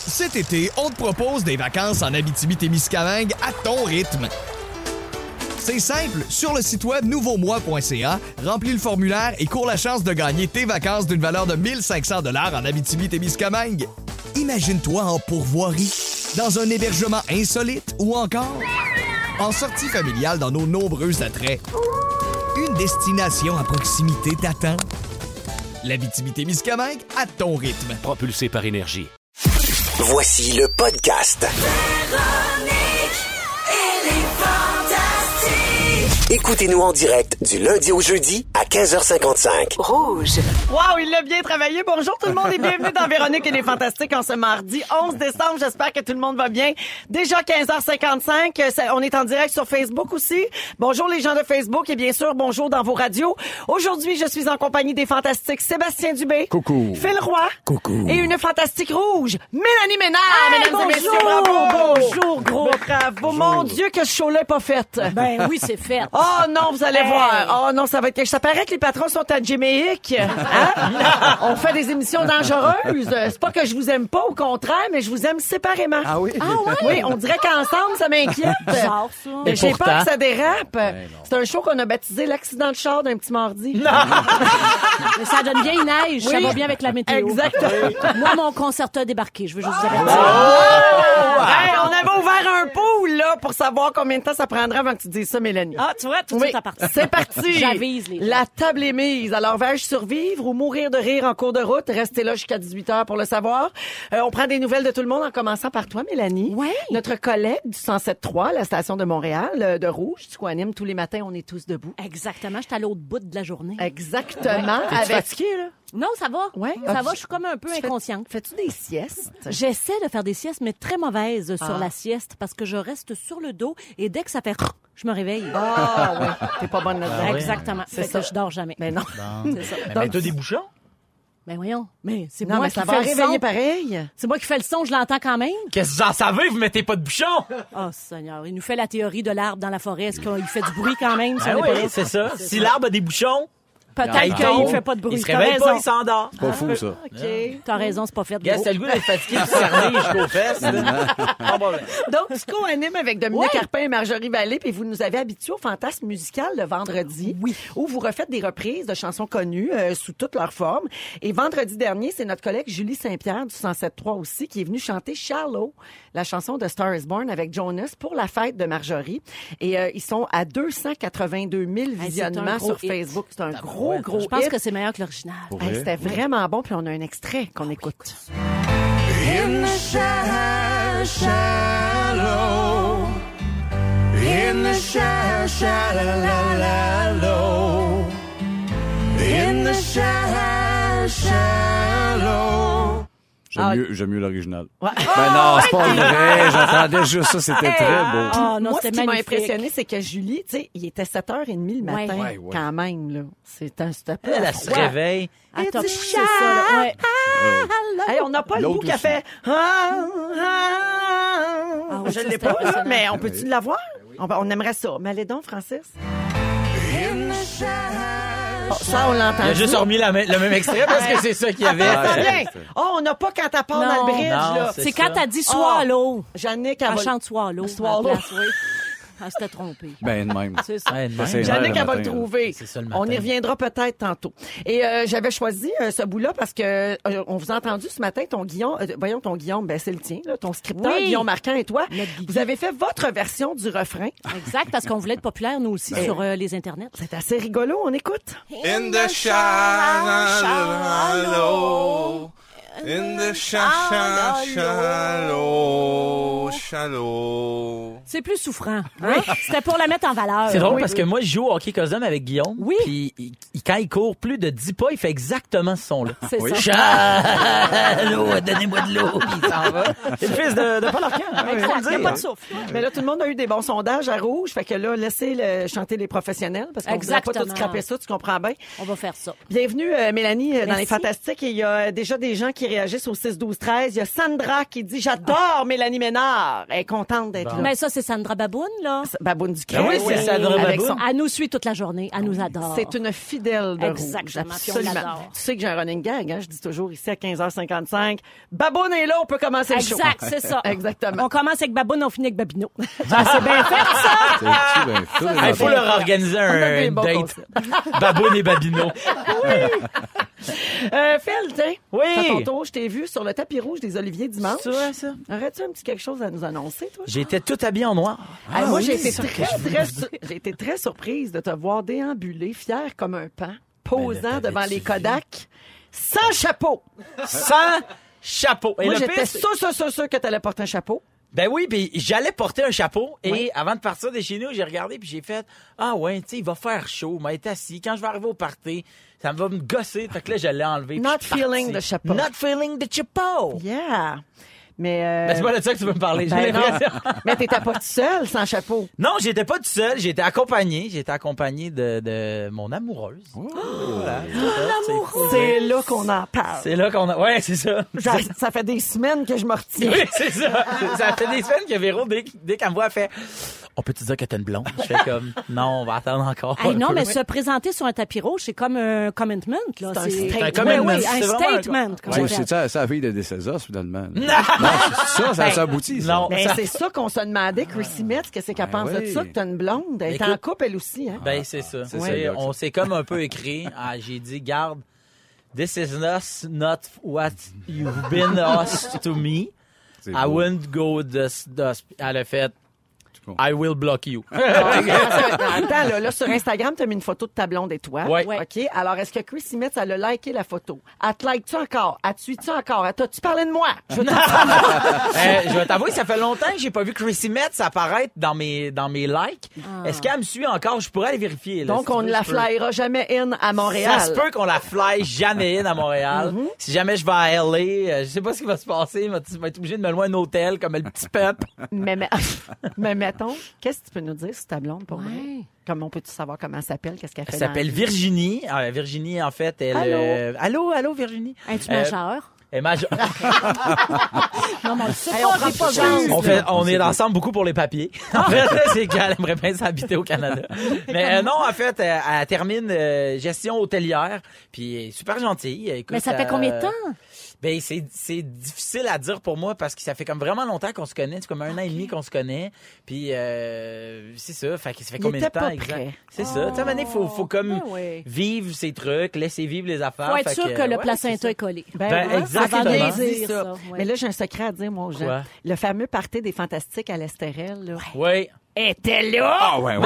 Cet été, on te propose des vacances en Abitibi-Témiscamingue à ton rythme. C'est simple, sur le site web nouveaumois.ca, remplis le formulaire et cours la chance de gagner tes vacances d'une valeur de 1 500 $ en Abitibi-Témiscamingue. Imagine-toi en pourvoirie, dans un hébergement insolite ou encore en sortie familiale dans nos nombreux attraits. Une destination à proximité t'attend. L'Abitibi-Témiscamingue à ton rythme. Propulsé par Énergie. Voici le podcast. Écoutez-nous en direct du lundi au jeudi à 15h55. Rouge. Wow, il l'a bien travaillé. Bonjour tout le monde et bienvenue dans Véronique et les Fantastiques en ce mardi 11 décembre. J'espère que tout le monde va bien. Déjà 15h55, on est en direct sur Facebook aussi. Bonjour les gens de Facebook et bien sûr, bonjour dans vos radios. Aujourd'hui, je suis en compagnie des Fantastiques Sébastien Dubé. Coucou. Phil Roy. Coucou. Et une Fantastique Rouge, Mélanie Ménard. Hey, mesdames et messieurs, bravo. Bonjour, gros. Bravo. Mon Dieu, que ce show-là n'est pas fait. Ben oui, c'est fait. Oh non, vous allez voir. Oh non, ça va être... Ça paraît que les patrons sont à Jamaïque. Hein? On fait des émissions dangereuses. C'est pas que je vous aime pas, au contraire, mais je vous aime séparément. Ah oui? Ah ouais? Oui, on dirait qu'ensemble, ça m'inquiète. Bizarre, ça. Mais j'ai pourtant- peur que ça dérape. C'est un show qu'on a baptisé l'accident de char d'un petit mardi. Mais ça donne bien une neige. Ça va bien avec la météo. Exactement. Moi, mon concerto a débarqué. Je veux juste vous avertir. Hey, on avait ouvert un pool, là, pour savoir combien de temps ça prendrait avant que tu dises ça, Mélanie. Ah, tu vois, tout de Oui, suite à partir. c'est parti. J'avise les gens. La table est mise. Alors, vais-je survivre ou mourir de rire en cours de route? Restez là jusqu'à 18h pour le savoir. On prend des nouvelles de tout le monde en commençant par toi, Mélanie. Ouais. Notre collègue du 107.3, la station de Montréal, de Rouge. Tu co-animes tous les matins, on est tous debout. Exactement. J'étais à l'autre bout de la journée. Exactement. T'es-tu fatigué, là? Non, ça va. Ouais. Ça Ah, va, je suis comme un peu inconsciente. Fais-tu des siestes? J'essaie de faire des siestes, mais très mauvaises sur la sieste parce que je reste sur le dos et dès que ça fait je me réveille. Ah, ouais. T'es pas bonne là-dedans. Exactement. C'est Fait ça. que je dors jamais. Mais non. C'est ça. Mais t'as des bouchons? Ben voyons. Mais c'est Non, moi mais qui ça va fais le réveiller son. pareil. C'est moi qui fais le son, je l'entends quand même. Qu'est-ce que vous en savez? Vous mettez pas de bouchons? Oh, Seigneur. Il nous fait la théorie de l'arbre dans la forêt. Est-ce qu'il fait du bruit quand même? si Ah on est pas oui, là? c'est ça. Si l'arbre a des bouchons, Peut-être il qu'il tombe, ne fait pas de bruit. il se T'as réveille pas, raison. il s'endort. Pas fou, ça. OK. T'as raison, c'est pas fait. Gars, gros. t'as le goût d'être fatigué et cerné jusqu'aux fesses. Pas bon, Donc, tu co-animes avec Dominique Ouais. Carpin et Marjorie Vallée, puis vous nous avez habitués au fantasme musical le vendredi, où vous refaites des reprises de chansons connues sous toutes leurs formes. Et vendredi dernier, c'est notre collègue Julie Saint-Pierre du 107.3 aussi qui est venue chanter Shallow, la chanson de Star is Born avec Jonas pour la fête de Marjorie. Et ils sont à 282 000 c'est un visionnements gros sur hit. Facebook. C'est un gros Je pense hit. que c'est meilleur que l'original. Hey, c'était vraiment bon, puis on a un extrait qu'on écoute. In the shallow, in the shallow, in the shallow. J'aime mieux l'original. Ouais. Ben non, c'est pas vrai. J'entendais juste ça. C'était très beau. Oh non, Moi, ce c'était qui m'a magnifique. impressionné, c'est que Julie, tu sais, il était 7h30 le matin, Ouais. quand même, là. C'était peu Elle se réveille. Attends, It's c'est ça, là. Ouais. Hey, on n'a pas le L'autre bout qu'a aussi. fait. oui, Je ça, l'ai c'est pas, là, impressionnant. mais on peut-tu l'avoir? On aimerait ça. Mais allez donc, Francis. Oh, ça, on l'entend. Il a juste remis le même extrait parce que c'est ça qu'il y avait. Très bien. Oh, on n'a pas quand elle part Non. dans le bridge, Non, là. c'est C'est ça. quand t'as dit Swallow. Jannick, Elle elle va... chante Swallow. Swallow. à la place, oui. Elle s'était trompée. Ben, de même. C'est ça. Ouais, de même. C'est Jannick, vrai, elle va le le matin, trouver. C'est ça, le On y matin. reviendra peut-être tantôt. Et j'avais choisi ce bout-là parce que on vous a entendu ce matin, ton Guillaume, ben c'est le tien, là, ton scripteur, Oui. Guillaume Marquand et toi. Notre Guigui. Vous avez fait votre version du refrain. Exact, parce qu'on voulait être populaire, nous aussi, sur les internets. C'est assez rigolo, on écoute. In the shallow, in the shallow. C'est plus souffrant. Hein? C'était pour la mettre en valeur. C'est drôle Oui. parce que moi, je joue au hockey Cosum avec Guillaume. Oui. Puis quand il court plus de 10 pas, il fait exactement ce son-là. C'est ça. Shallow, donnez-moi de l'eau. Puis il s'en va. C'est le fils de Paul Arcand. Hein, Exact, faut le il y a dire. pas de souffle. Mais là, tout le monde a eu des bons sondages à Rouge. Fait que là, laissez chanter les professionnels parce qu'on ne voudrait pas tout Exactement. scraper ça, tu comprends bien. On va faire ça. Bienvenue, Mélanie, dans Merci. les Fantastiques. Et il y a déjà des gens qui réagissent au 6-12-13. Il y a Sandra qui dit « J'adore Mélanie Ménard ». Elle est contente d'être là. Mais ça, c'est Sandra Baboune, là. Baboune du Ben oui, c'est Sandra Avec Baboune. son- Elle nous suit toute la journée. Elle nous adore. C'est une fidèle de Exactement, Rouge. puis on l'adore. Tu sais que j'ai un running gag, hein? Je dis toujours ici à 15h55. Baboune est là, on peut commencer le show. Exact, c'est ça. Exactement. On commence avec Baboune, on finit avec Babino. Ça, c'est bien fait, ça! Il faut leur organiser On a des un bons date. concepts. Baboune et Babino. Phil, tiens. Oui. À ton tour, je t'ai vu sur le tapis rouge des Oliviers dimanche. C'est vrai, ça? Aurais-tu un petit quelque chose à nous annoncer, toi? J'étais tout habillé en noir. Moi, j'ai été très surprise de te voir déambuler, fier comme un pan, posant devant les Kodak, sans chapeau. Sans chapeau. Et Moi, le j'étais pire, sûre que tu allais porter un chapeau. ben oui, puis j'allais porter un chapeau et Oui. avant de partir de chez nous, j'ai regardé puis j'ai fait ouais, tu sais, il va faire chaud, m'a été assis. Quand je vais arriver au party, ça va me gosser. Fait que là, je l'ai enlevé. puis Not je suis parti. feeling the chapeau. Not feeling the chapeau. Yeah. Mais, Ben, c'est pas de ça que tu veux me parler. J'ai ben non. l'impression. Mais t'étais pas tout seul sans chapeau. Non, j'étais pas tout seul, j'étais accompagné. J'étais accompagné de mon amoureuse. Voilà, C'est là qu'on en parle. c'est là qu'on a. Ouais, c'est ça. Ça fait des semaines que je me retiens. Oui, c'est ça. Ça fait des semaines que Véro, dès qu'elle me voit, elle fait on peut-tu dire que t'es une blonde? Je fais comme non, on va attendre encore. Hey, non, un peu. mais se présenter sur un tapis rouge, c'est comme un commitment, là. C'est un C'est statement. Un commitment, Oui, c'est un vraiment un- statement. comme Ouais, on c'est dit. ça, la fille de César, finalement. Non, ça aboutit, ça. Non, Mais ça- c'est ça qu'on se demandait, Chrissy Metz, qu'est-ce qu'elle pense de oui. ça, que t'as une blonde. Elle est en Écoute- couple, elle aussi, hein? Ben, c'est ça. C'est C'est- ça, Doc, on ça. s'est comme un peu écrit. J'ai dit, garde, this is not what you've been us to me. C'est I beau. wouldn't go this. Elle a fait, comprends. I will block you. Attends, là, sur Instagram, t'as mis une photo de ta blonde et toi. Ouais. OK. Alors, est-ce que Chrissy Metz, elle a liké la photo? Elle te like-tu encore? Elle te suit-tu encore? T'as-tu parlé de moi? Je veux te Je vais t'avouer, ça fait longtemps que j'ai pas vu Chrissy Metz apparaître dans mes likes. Est-ce qu'elle me suit encore? Je pourrais aller vérifier. Là, Donc, si tu on veux, ne la je peux. flyera jamais in à Montréal. Ça se peut qu'on la fly jamais in à Montréal. Si jamais je vais à LA, je sais pas ce qui va se passer, mais tu vas être obligé de me louer un hôtel comme le petit peuple. Mais mettons, qu'est-ce que tu peux nous dire sur ta blonde pour Ouais. vrai? Comment peut-tu savoir comment elle s'appelle? Qu'est-ce qu'elle fait? Elle dans s'appelle la vie? Virginie. Virginie, en fait, elle... Allô? Allô, Virginie? Es-tu Euh, majeur? Elle est majeure. Non, mais on le sait Hey, pas, on prend j'ai pas pas chance. chance. On est ensemble beaucoup pour les papiers. En fait, c'est qu'elle aimerait bien s'habiter au Canada. Mais non, en fait, elle termine gestion hôtelière, puis elle est super gentille. Écoute, Mais ça fait combien de temps? Ben c'est difficile à dire pour moi parce que ça fait comme vraiment longtemps qu'on se connaît, c'est comme 1 an et demi qu'on se connaît. Puis c'est ça, fait que ça fait Il combien de était temps pas exact? prêt. C'est ça. Tu sais, à un moment donné, faut comme Ben oui. vivre ses trucs, laisser vivre les affaires. Faut être Fait sûr que le ouais, placenta c'est est collé. Ben, ouais, exactement. avant de Avant de dire dire ça. ça, ouais. Mais là, j'ai un secret à dire, moi, aux gens. Quoi? Le fameux party des Fantastiques à l'Estérel, là. ça. Oui. Était là! Ah ouais,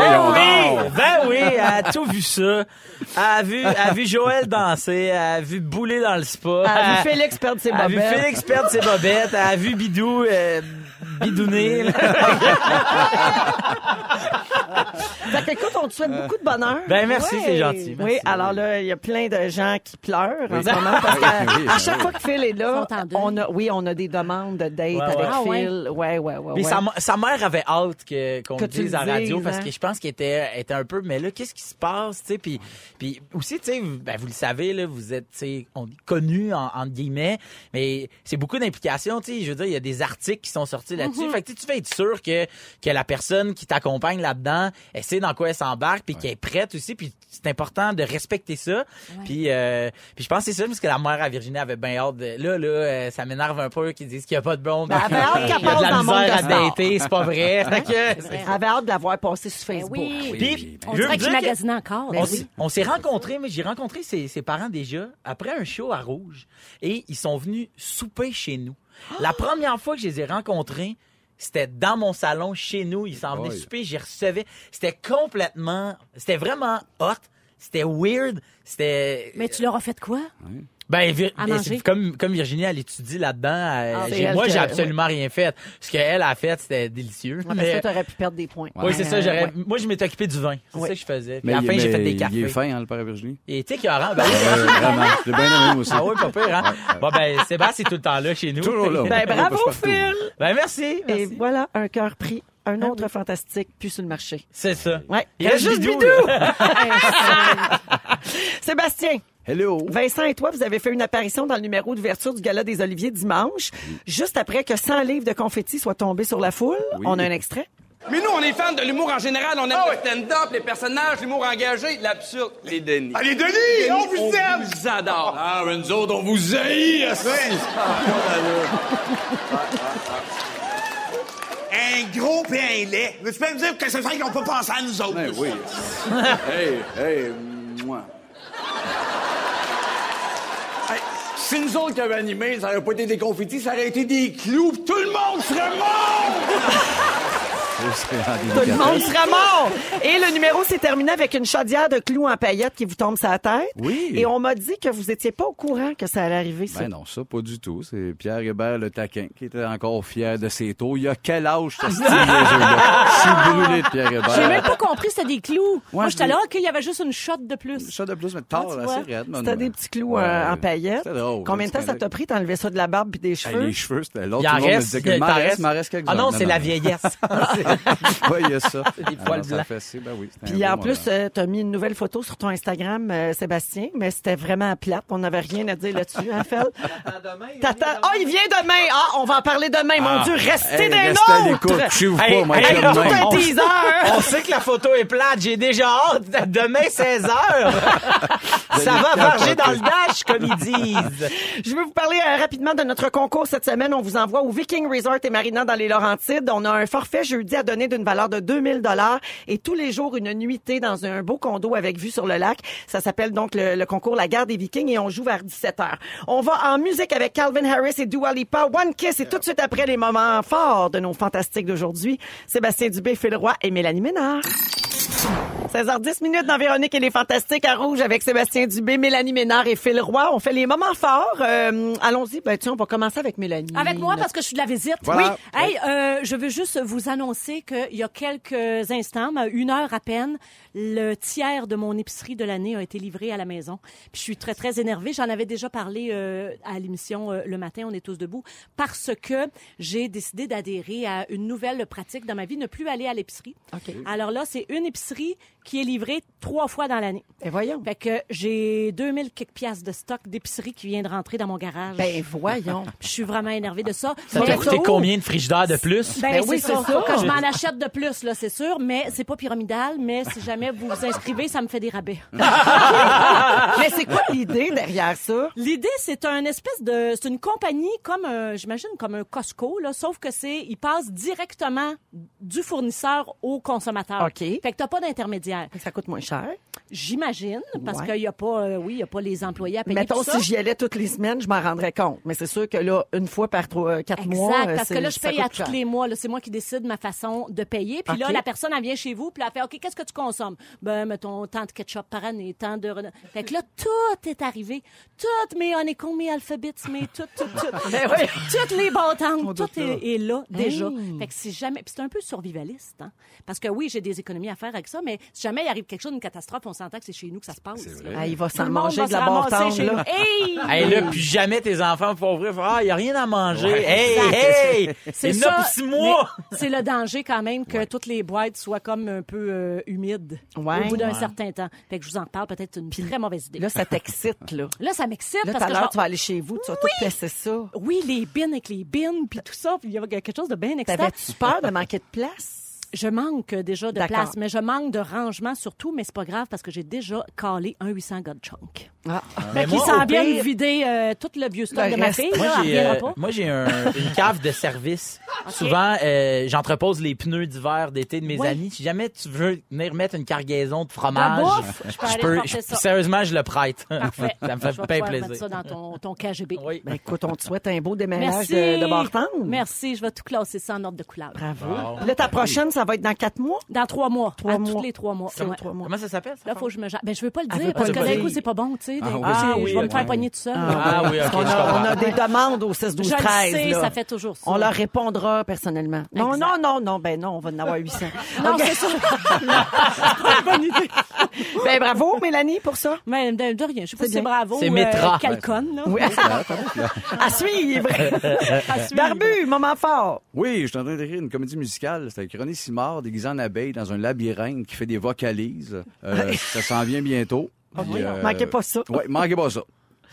Ben oui, elle a tout vu ça. Elle a vu Joël danser, elle a vu Bouler dans le spa. Elle a vu Félix perdre ses Elle a vu bobettes. Félix perdre ses bobettes, elle a vu Bidou bidouner. Fait que, écoute, on te souhaite beaucoup de bonheur. Ben merci, Ouais. c'est gentil. Oui, Merci. alors là, il y a plein de gens qui pleurent en ce moment parce Oui, qu'à chaque fois que Phil est là, Ils sont en deuil. on a des demandes de date Ouais, avec ouais. Ah, ouais. Phil. Ouais. Mais sa mère avait hâte qu'on Que le tu dise le à la radio dises, parce hein. que je pense qu'elle était un peu, mais là, qu'est-ce qui se passe, tu sais, puis aussi, tu sais, ben, vous le savez, là, vous êtes, tu sais, connus, entre guillemets, mais c'est beaucoup d'implications, tu sais, je veux dire, il y a des articles qui sont sortis là-dessus, fait que tu vas être sûr que la personne qui t'accompagne là-dedans, elle sait dans quoi elle s'embarque, puis qu'elle est prête aussi, puis c'est important de respecter ça, puis je pense que c'est ça, parce que la mère à Virginie avait bien hâte de, là, ça m'énerve un peu qu'ils disent qu'il n'y a pas de blonde, Ben, elle avait hâte qu'elle il y a de passe la dans le monde misère à de sport. dater, c'est pas vrai, fait que... Elle avait hâte de la voir passer sur Ben Facebook. oui. Puis, On je veux dirait dire qu'il que- magasine encore. Ben Ben oui. oui. on s'est rencontrés, mais j'ai rencontré ses parents déjà après un show à Rouge et ils sont venus souper chez nous. La première fois que je les ai rencontrés, c'était dans mon salon chez nous. Ils s'en venaient Ouais. souper, j'y recevais. C'était vraiment hot. C'était weird. C'était. Mais tu leur as fait quoi? Ben, À manger? c'est comme Virginie, elle étudie là-dedans. c'est elle moi, que- j'ai absolument rien fait. Ce qu'elle a fait, c'était délicieux. Parce que t'aurais pu perdre des points. Oui, c'est ça. ouais. Moi, je m'étais occupé du vin. C'est Ouais. ça que je faisais. Puis Mais à la fin, j'ai fait des Il est cafés. fin, hein, le père Virginie. Il était écœurant. Ben, oui. Vraiment. Je l'ai bien aimé, moi aussi. Ah oui, pas pire, hein? Bon, ben, Sébastien est tout le temps là chez nous. Toujours là. Ben, bravo, On passe partout. Phil! Ben, merci. Et voilà, un cœur pris. Un autre fantastique, plus sur le marché. C'est ça. Ouais. Il reste juste Bidou, Bidou! là. Sébastien, Hello. Vincent et toi, vous avez fait une apparition dans le numéro d'ouverture du Gala des Oliviers dimanche, juste après que 100 livres de confettis soient tombés sur la foule. Oui. On a un extrait. Mais nous, on est fans de l'humour en général. On aime le stand-up, les personnages, l'humour engagé, l'absurde, les Denis. Ah, les Denis! On vous aime! On vous adore. Ah, mais nous autres, on vous haït, Un gros pis un lait. Mais tu peux me dire que c'est ça qu'ils n'ont pas pensé à nous autres. Ben oui. Moi. Hey, si nous autres qui avaient animé, ça n'aurait pas été des confettis, ça aurait été des clous, pis tout le monde serait mort! Tout le monde sera mort! Et le numéro s'est terminé avec une chaudière de clous en paillettes qui vous tombe sur la tête. Oui. Et on m'a dit que vous étiez pas au courant que ça allait arriver, ça. Ben non, ça, pas du tout. C'est Pierre Hébert le taquin qui était encore fier de ses taux. Il y a quel âge, ce style là? Je suis brûlé de Pierre Hébert. J'ai même pas compris c'était des clous. Moi, j'étais je- là, qu'il y avait juste une shot de plus. Ça de plus, mais tard, tu là, vois. c'est raide. C'était des petits clous en paillettes. C'était drôle. Combien de temps ça t'a pris d'enlever ça de la barbe puis des Hey, cheveux? les cheveux, c'était l'autre. Il Tout en le monde me reste. disait que il m'en reste quelques Ah non, c'est la vieillesse. Oui, il y a ça. des poils Ça blancs. fait c'est, ben oui, c'était Puis un en beau plus, moment. t'as mis une nouvelle photo sur ton Instagram, Sébastien, mais c'était vraiment plate. On n'avait rien à dire là-dessus, hein, Fel? T'attends. Oh, il vient demain! Ah, on va en parler demain. Mon Dieu, restez Hey, des restez à nôtres! l'écoute. Couchez-vous Hey, pas, moi, hey, je suis Tout de même. un teaser! On sait que la photo est plate. J'ai déjà hâte. Demain, 16h. Ça va varger dans le dash, comme ils disent. Je veux vous parler rapidement de notre concours cette semaine. On vous envoie au Viking Resort et Marina dans les Laurentides. On a un forfait jeudi à donner d'une valeur de 2000 $ et tous les jours une nuitée dans un beau condo avec vue sur le lac. Ça s'appelle donc le concours La Guerre des Vikings et on joue vers 17h. On va en musique avec Calvin Harris et Dua Lipa. One Kiss et tout de suite après les moments forts de nos fantastiques d'aujourd'hui. Sébastien Dubé, Phil Roy et Mélanie Ménard. 16h10 dans Véronique et les Fantastiques à Rouge avec Sébastien Dubé, Mélanie Ménard et Phil Roy. On fait les moments forts. Allons-y. Ben, tiens, on va commencer avec Mélanie. Avec moi, parce que je suis de la visite. Voilà. Oui. Hey, je veux juste vous annoncer qu'il y a quelques instants, une heure à peine, le tiers de mon épicerie de l'année a été livré à la maison. Puis je suis très, très énervée. J'en avais déjà parlé à l'émission Le Matin, on est tous debout, parce que j'ai décidé d'adhérer à une nouvelle pratique dans ma vie, ne plus aller à l'épicerie. OK. Alors là, c'est une épicerie qui est livrée 3 fois dans l'année. Ben voyons. Fait que j'ai 2000 quelques piastres de stock d'épicerie qui vient de rentrer dans mon garage. Ben voyons. Je suis vraiment énervée de ça. Ça t'a coûté combien de frigidaires de plus? Ben, Ben oui, oui, c'est c'est ça. ça. Faut que je m'en achète de plus, là, c'est sûr. Mais c'est pas pyramidal. Mais si jamais vous vous inscrivez, ça me fait des rabais. Mais c'est quoi l'idée derrière ça? L'idée, c'est c'est une compagnie comme j'imagine comme un Costco, là, sauf que il passe directement du fournisseur au consommateur. OK. Fait que t'as pas d'intermédiaire. Ça coûte moins cher. J'imagine, parce Ouais. qu'il y a pas, il y a pas les employés à payer. Mettons, tout ça. si j'y allais toutes les semaines, je m'en rendrais compte. Mais c'est sûr que là, une fois par 4 mois. Exact, parce que là, je ça paye à coûte tous cher. les mois. Là, c'est moi qui décide ma façon de payer. Puis là, OK. la personne, elle vient chez vous, puis elle fait, OK, qu'est-ce que tu consommes? Ben, mettons, tant de ketchup par année, tant de... Fait que là, tout est arrivé. Toutes mes honeycombs, mes alphabets, mes tout. Ben oui. Toutes les bâtons, tout est là, déjà. Hey. Fait que si jamais... Puis c'est un peu survivaliste, hein? Parce que oui, j'ai des économies à faire avec ça, mais si jamais il arrive quelque chose, une catastrophe, on s'entend que c'est chez nous que ça se passe. Ah, il va Tout s'en le monde manger va de se la ramasser bâtonne, chez là. nous. Hey! Hey, là, plus jamais tes enfants vont ouvrir. Ah, il n'y a rien à manger. Exact. Hey! C'est Il y en a ça, pour 6 mois. mais c'est le danger quand même que toutes les boîtes soient comme un peu humides Ouais. au bout d'un Ouais. certain temps. Fait que je vous en reparle, peut-être une très mauvaise idée. Là, ça t'excite, là. Là, ça m'excite Là, tout parce à que l'heure, tu vas aller chez vous, tu vas tout placer ça. oui, les bins avec les bins, puis tout ça, puis il y a quelque chose de bien excitant. T'avais-tu peur de manquer de place? Je manque déjà de D'accord. place, mais je manque de rangement surtout, mais c'est pas grave parce que j'ai déjà calé un 800 God Chunk. Ah. Fait qu'ils moi, s'en au viennent pire, vider tout le vieux stock le de ma reste. fille. Moi, Là, elle reviendra pas. Moi, j'ai une cave de service. Souvent, j'entrepose les pneus d'hiver, d'été de mes Oui. amis. Si jamais tu veux venir mettre une cargaison de De fromage, bouffe, je peux aller porter ça. sérieusement, je le prête. Parfait. Ça me fait Je vais bien pouvoir plaisir. mettre ça dans ton KGB. Oui. Ben écoute, on te souhaite un beau déménage Merci. de Bartende. Merci, je vais tout classer ça en ordre de couleur. Bravo. Là, ta prochaine, ça va être dans 4 mois? Dans 3 mois. 3 à mois. tous les 3 mois. Comme Ouais. 3 mois. Comment ça s'appelle? ça? Là, faut que je me jette. Ben, je veux pas le Elle dire veut pas parce que le d'un dire. coup, c'est pas bon, tu sais. D'un coup, Ah oui, je vais me ok. faire pogner tout seul. Ah oui, ok, On je a, comprends. on a des demandes au 16 12 Je le 13 sais, là. ça fait toujours ça. On leur répondra personnellement. Non, Exact. ben non, on va en avoir 800. Non, OK. c'est ça. C'est pas une bonne idée. Ben bravo, Mélanie, pour ça. Mais de rien. Je sais pas si c'est bien. bravo C'est ou Métra. quelle conne, là. Oui. À suivre. À suivre. Barbu, moment fort. Oui, je suis en train d'écrire une comédie musicale. C'est avec René Simard, déguisé en abeille, dans un labyrinthe qui fait des vocalises. Ça s'en vient bientôt. OK, Puis, manquez pas ça. Oui, manquez pas ça.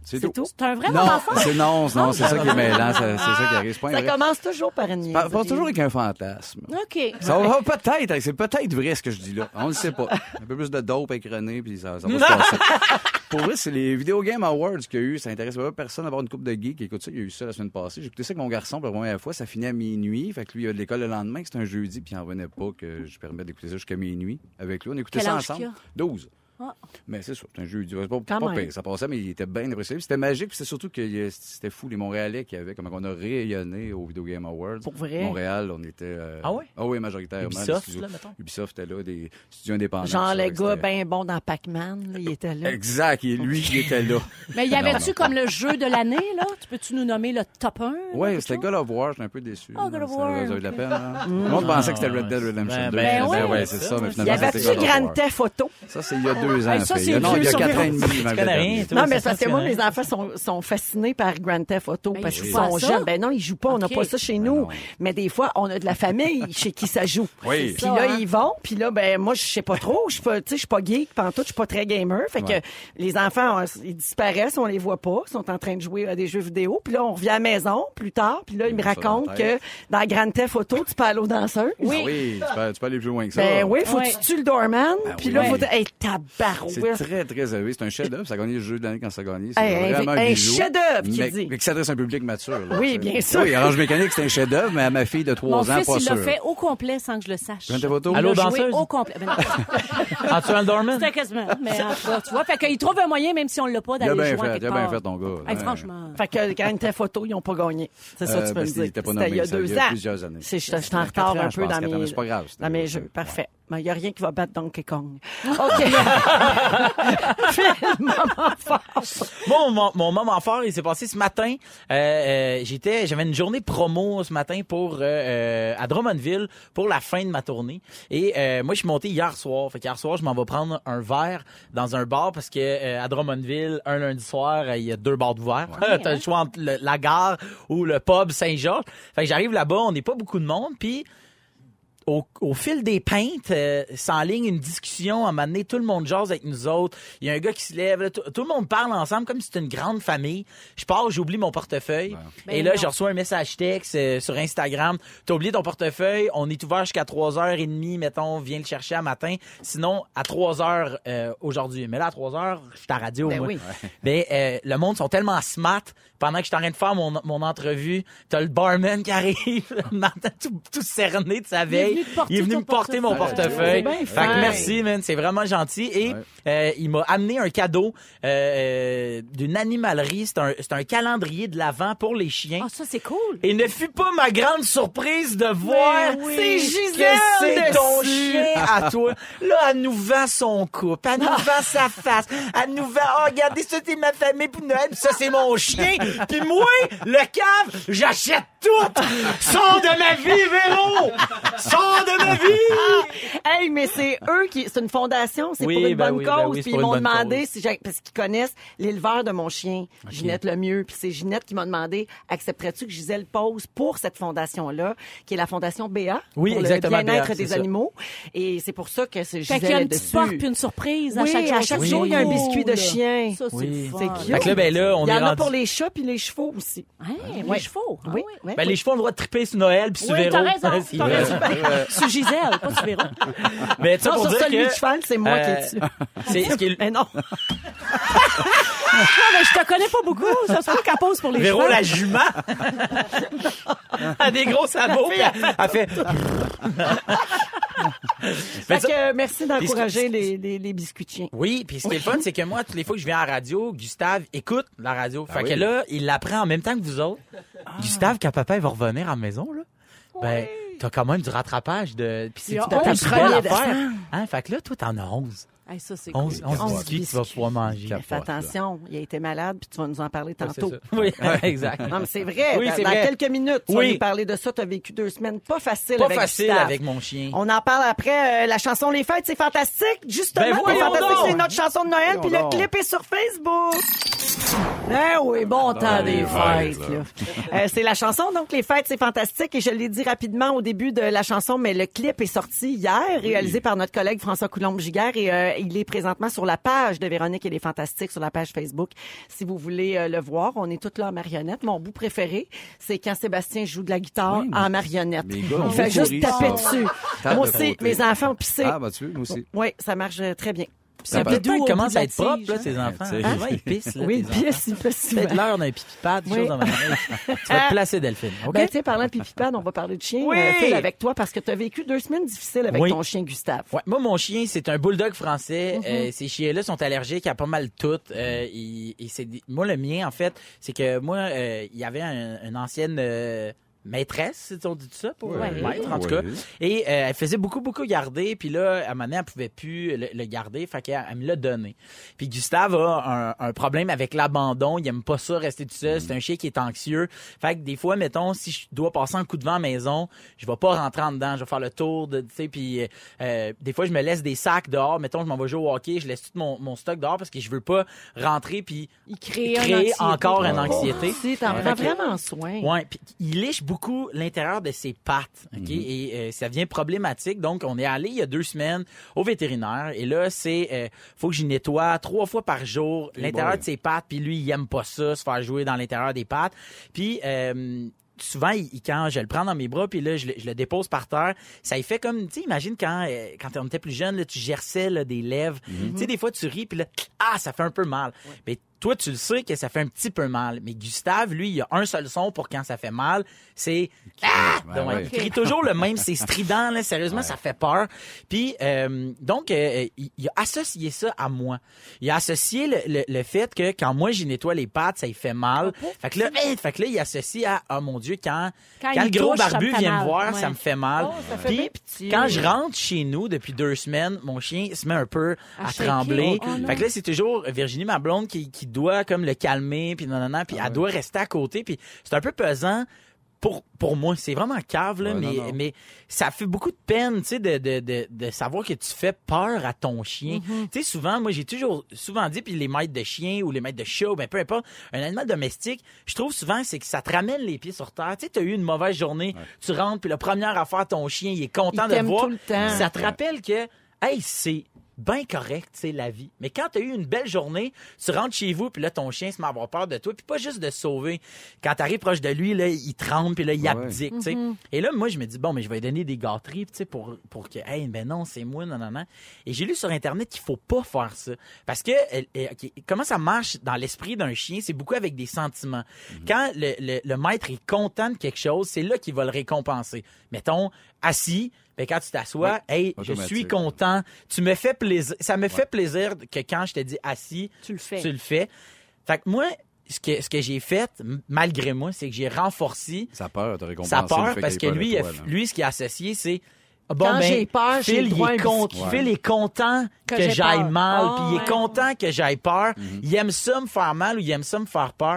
C'est tout. C'est un vrai moment fort. Non, c'est ça qui est mêlant. C'est ça qui arrive. C'est pas Ça vrai. commence toujours par une niaiserie. Passe toujours avec un fantasme. OK. Ça va peut-être, c'est peut-être vrai ce que je dis là. On ne sait pas. Un peu plus de dope écrané, puis ça va se passer. Pour vrai, c'est les Video Game Awards qu'il y a eu. Ça intéresse pas personne d'avoir une couple de geeks qui écoute ça. Il y a eu ça la semaine passée. J'ai écouté ça avec mon garçon pour la première fois. Ça finit à minuit. Fait que lui, il a de l'école le lendemain. C'était un jeudi, puis il n'en revenait pas que je permette d'écouter ça jusqu'à minuit avec lui. On écoutait Quel ça âge qu'il ensemble. a? 12. Ah. Mais c'est sûr, c'est un jeudi. C'est pas pire. Ça passait, mais il était bien impressionné. C'était magique, puis c'était surtout que c'était fou. Les Montréalais qui avaient, comme on a rayonné au Video Game Awards. Pour vrai? Montréal, on était. Ah oui? Ah oui, majoritairement. Ubisoft, là, mettons. Ubisoft était là, des studios indépendants. Genre le gars bien bien bon dans Pac-Man, là, il était là. Exact, et lui qui était là. Mais y avait-tu comme le jeu de l'année, là? Peux-tu nous nommer le top 1? Oui, c'était God of War, j'étais un peu déçu. Oh, God of War, Ça avait de la ok. peine. Hein? Le monde pensait que c'était Red Dead Redemption 2. Ben oui. Ouais, c'est ça, mais Y finalement, c'était avait-tu God of Grand War. Theft Auto? Ça, c'est il y a 2 ans. ça, fait. c'est Non, il y a vieux, 4 ça. ans et demi. Tu connais rien, toi? Non, mais c'est c'est parce que moi, rien. mes enfants sont fascinés par Grand Theft Auto Ben, parce ils qu'ils jouent pas sont à ça? jeunes. Ben non, ils jouent pas. On n'a Ok. pas ça chez nous. non. Mais des fois, on a de la famille chez qui ça joue. Oui. Puis ça, là, hein? ils vont. Puis là, ben moi, je sais pas trop. Je suis pas, tu sais, je suis pas geek. Pantoute, je suis pas très gamer. Fait Ouais. que les enfants, ils disparaissent, on les voit pas. Ils sont en train de jouer à des jeux vidéo. Puis là, on revient à la maison plus tard. Puis là, ils me ça dans racontent la que tête. dans Grand Theft Auto, tu peux aller aux danseuses. Ah oui, tu peux aller plus loin que ça. Ben oui, faut que Ouais. tu tues le doorman. Puis là, oui. faut... Hey, C'est tabarouette. très, très élevé. C'est un chef-d'œuvre. Ça a gagné le jeu de l'année quand ça a gagné. C'est Hey, vraiment un bijou. chef-d'œuvre, qu'il Mais dit. qui s'adresse à un public mature. là, Oui, tu sais. bien sûr. Oui, Orange Mécanique, c'est un chef-d'œuvre, mais à ma fille de 3 Mon ans, fils, pas il l'a sûr. fait au complet sans que je le sache. Grand Theft Auto? Allô, Il l'a joué danseuse? au complet. Ben non. En tuant le Dorman? C'était quasiment. Mais en tout cas, tu vois, fait qu'il trouve un moyen, même si on l'a pas, Il a d'aller bien jouer en fait, quelque il a bien part. fait, ton gars. Hey, Ouais. franchement. Fait que Grand Theft Auto, ils n'ont pas gagné. C'est ça que tu peux me parce qu'il dire. était pas C'était il y a nommé, ça, 2 il y a ans. plusieurs années. Je suis en 4 retard ans, un je peu pense, dans 4 ans, mais mes, c'est pas grave, c'était- dans mes jeux. ouais. Parfait. Mais il n'y a rien qui va battre Donkey Kong. OK. Moment fort. Mon moment fort, il s'est passé ce matin. J'avais une journée promo ce matin pour à Drummondville pour la fin de ma tournée. Et moi, je suis monté hier soir. Fait qu'hier soir, je m'en vais prendre un verre dans un bar parce que à Drummondville, un lundi soir, il y a 2 bars ouverts. T'as le choix entre la gare ou le pub Saint-Georges. Fait que j'arrive là-bas, on n'est pas beaucoup de monde, puis au fil des pintes, s'enligne une discussion. À un moment donné, tout le monde jase avec nous autres. Il y a un gars qui se lève. Là, tout le monde parle ensemble comme si c'était une grande famille. Je pars, j'oublie mon portefeuille. Ben Et là, non. je reçois un message texte sur Instagram. T'as oublié ton portefeuille. On est ouvert jusqu'à 3h30, mettons. Viens le chercher à matin. Sinon, à 3h aujourd'hui. Mais là, à 3h, je suis à la radio. Ben moi. oui. Ben, le monde sont tellement smart. Pendant que je suis en train de faire mon entrevue, t'as le barman qui arrive, le matin tout cerné de sa veille. Il est venu me porter mon portefeuille. C'est bien Fait que fin. merci, man. C'est vraiment gentil. Et il m'a amené un cadeau d'une animalerie. C'est un calendrier de l'Avent pour les chiens. Ah, ça, c'est cool. Et ne fut pas ma grande surprise de voir oui. c'est C'est Gisèle Gisèle c'est ton dessus. chien à toi. Là, elle nous vend son couple, elle nous vend sa face, elle nous vend, oh, regardez, ça, c'est ma famille pour Noël, puis ça, c'est mon chien. Puis moi, le cave, j'achète tout. Sors de ma vie, Véro! Sors de ma vie! Hey, mais c'est eux qui, c'est une fondation, c'est Oui, pour une ben bonne oui, cause. ben oui, c'est Puis pour ils une m'ont bonne demandé cause. si parce qu'ils connaissent l'éleveur de mon chien, Ginette Lemieux. Puis c'est Ginette qui m'a demandé, accepterais-tu que Gisèle pose pour cette fondation-là, qui est la fondation BA, Oui, pour exactement, le bien-être BA, des c'est ça. animaux. Et c'est pour ça que c'est Fait Gisèle qu'il y a est une petite dessus. porte puis une surprise à Oui, chaque jour. à chaque jour, il y a un biscuit de chien. Ça, c'est Oui. le fun. C'est cute. Fait que là, ben là, on Il y est en a rendu... pour les chats puis les chevaux aussi. Hein, Ouais. les chevaux. Ah, Oui, oui. oui. Ben, les chevaux ont le droit de triper sur Noël puis sur Oui, Véro. t'as raison. S'ils T'as veulent. raison. Sur Gisèle, pas sur Véro. Mais tu sais, Non, pour sur dire celui que... de cheval, c'est moi qui est dessus. c'est ce qui est... Mais non. Non, mais je te connais pas beaucoup. Ça se trouve qu'elle pose pour les Véro, chevaux. la jument. Elle a des gros sabots. puis elle fait... Fait que merci d'encourager les biscuits de chien. Oui, puis ce qui est le fun, c'est que moi, toutes les fois que je viens à la radio, Gustave écoute la radio. Fait oui. que là, il l'apprend en même temps que vous autres. Gustave, quand papa il va revenir à la maison, là, ben, t'as quand même du rattrapage de... Puis c'est Il y a tout à fait 11 une belle premiers affaire. décembre. Hein? Fait que là, toi, t'en as 11. Hey, ça, c'est 11 cool. 11 biscuits que tu vas pouvoir manger. Cap- Fais attention, il a été malade, puis tu vas nous en parler Ouais, c'est tantôt. ça. Oui, exact. Non, mais c'est vrai. Oui, dans, c'est dans vrai. quelques minutes, tu vas Oui. nous parler de ça. Tu as vécu 2 semaines pas faciles Pas avec facile Gustave. avec mon chien. On en parle après. La chanson Les Fêtes, c'est fantastique. Justement, Ben Les voyons Fantastiques, donc. c'est notre chanson de Noël. Puis le Voyons donc. clip est sur Facebook. Eh oui, bon temps des fêtes. Là. C'est la chanson, donc les fêtes, c'est fantastique. Et je l'ai dit rapidement au début de la chanson, mais le clip est sorti hier, réalisé par notre collègue François Coulombe-Giguère. Et il est présentement sur la page de Véronique et les Fantastiques, sur la page Facebook. Si vous voulez le voir, on est tous là en marionnette. Mon bout préféré, c'est quand Sébastien joue de la guitare en marionnette. Il fait juste taper dessus. Moi aussi, mes enfants ont pissé. Ah, bah tu veux, moi aussi. Oui, ça marche très bien. Ça peut être commence à être propre, là, ces enfants. Souvent, ils pissent, là. Oui, ils pissent, Peut-être l'heure d'un pipi-pad, des choses dans ma main. Tu vas te placer, Delphine. OK? Ben, tu sais, parlant de pipi-pad, on va parler de chien. Phil, avec toi, parce que tu as vécu 2 semaines difficiles avec ton chien Gustave. Ouais, moi, mon chien, c'est un bulldog français. Ces chiens-là sont allergiques à pas mal tout. Moi, le mien, en fait, c'est que moi, il y avait une ancienne... maîtresse, on dit ça pour maître, en tout cas. Et elle faisait beaucoup garder. Puis là, à un moment donné, elle pouvait plus le garder. Fait qu'elle me l'a donné. Puis Gustave a un problème avec l'abandon. Il aime pas ça, rester tout seul. C'est un chien qui est anxieux. Fait que des fois, mettons, si je dois passer un coup de vent à la maison, je vais pas rentrer en dedans. Je vais faire le tour, tu sais. Puis des fois, je me laisse des sacs dehors. Mettons, je m'en vais jouer au hockey. Je laisse tout mon stock dehors parce que je veux pas rentrer puis créer encore une anxiété. T'en prends vraiment soin. Ouais. Puis il liche beaucoup l'intérieur de ses pattes, OK? Et ça devient problématique. Donc, on est allé il y a 2 semaines au vétérinaire et là, faut que j'y nettoie 3 fois par jour l'intérieur de ses pattes. Puis lui, il aime pas ça, se faire jouer dans l'intérieur des pattes. Puis souvent, quand je le prends dans mes bras, puis là, je le dépose par terre, ça y fait comme, tu sais, imagine quand on était plus jeune, là, tu gerçais là, des lèvres. Tu sais, des fois, tu ris, puis là, ça fait un peu mal. Mais toi, tu le sais que ça fait un petit peu mal. Mais Gustave, lui, il a un seul son pour quand ça fait mal, c'est il crie toujours le même, c'est strident, là, sérieusement, ça fait peur. Puis, donc, il a associé ça à moi. Il a associé le fait que quand moi, j'y nettoie les pattes, ça y fait mal. Fait que là, il associe à, oh mon Dieu, quand le gros barbu vient me voir, ça me fait mal. Puis, quand je rentre chez nous depuis 2 semaines, mon chien se met un peu à trembler. Fait que là, c'est toujours Virginie, ma blonde, qui doit comme le calmer, puis puis elle doit rester à côté, puis c'est un peu pesant pour moi. C'est vraiment cave, là, mais ça fait beaucoup de peine, tu sais, de savoir que tu fais peur à ton chien. Tu sais, souvent, moi, j'ai souvent dit, puis les maîtres de chiens ou les maîtres de chats, ou peu importe, un animal domestique, je trouve souvent, c'est que ça te ramène les pieds sur terre. Tu sais, t'as eu une mauvaise journée, tu rentres, puis la première affaire, ton chien, il est content de te voir. Ça te rappelle que, hey, c'est bien correct, c'est la vie. Mais quand tu as eu une belle journée, tu rentres chez vous, puis là, ton chien se met à avoir peur de toi, puis pas juste de se sauver. Quand tu arrives proche de lui, là, il tremble, puis là, il abdique, tu sais. Et là, moi, je me dis, bon, mais je vais lui donner des gâteries, tu sais, pour que, hey, ben non, c'est moi, non. Et j'ai lu sur Internet qu'il faut pas faire ça. Parce que, comment ça marche dans l'esprit d'un chien, c'est beaucoup avec des sentiments. Quand le maître est content de quelque chose, c'est là qu'il va le récompenser. Mettons, assis, ben quand tu t'assois, hey, je suis content, tu me fais plaisir. Ça me fait plaisir que quand je te dis assis, tu le fais. Fait que moi, ce que j'ai fait, malgré moi, c'est que j'ai renforcé sa peur de récompenser. Sa peur, parce que lui, ce qui est associé, c'est quand j'ai peur, Phil est content que j'aille mal, puis il est content que j'aille peur. Il aime ça me faire mal ou il aime ça me faire peur.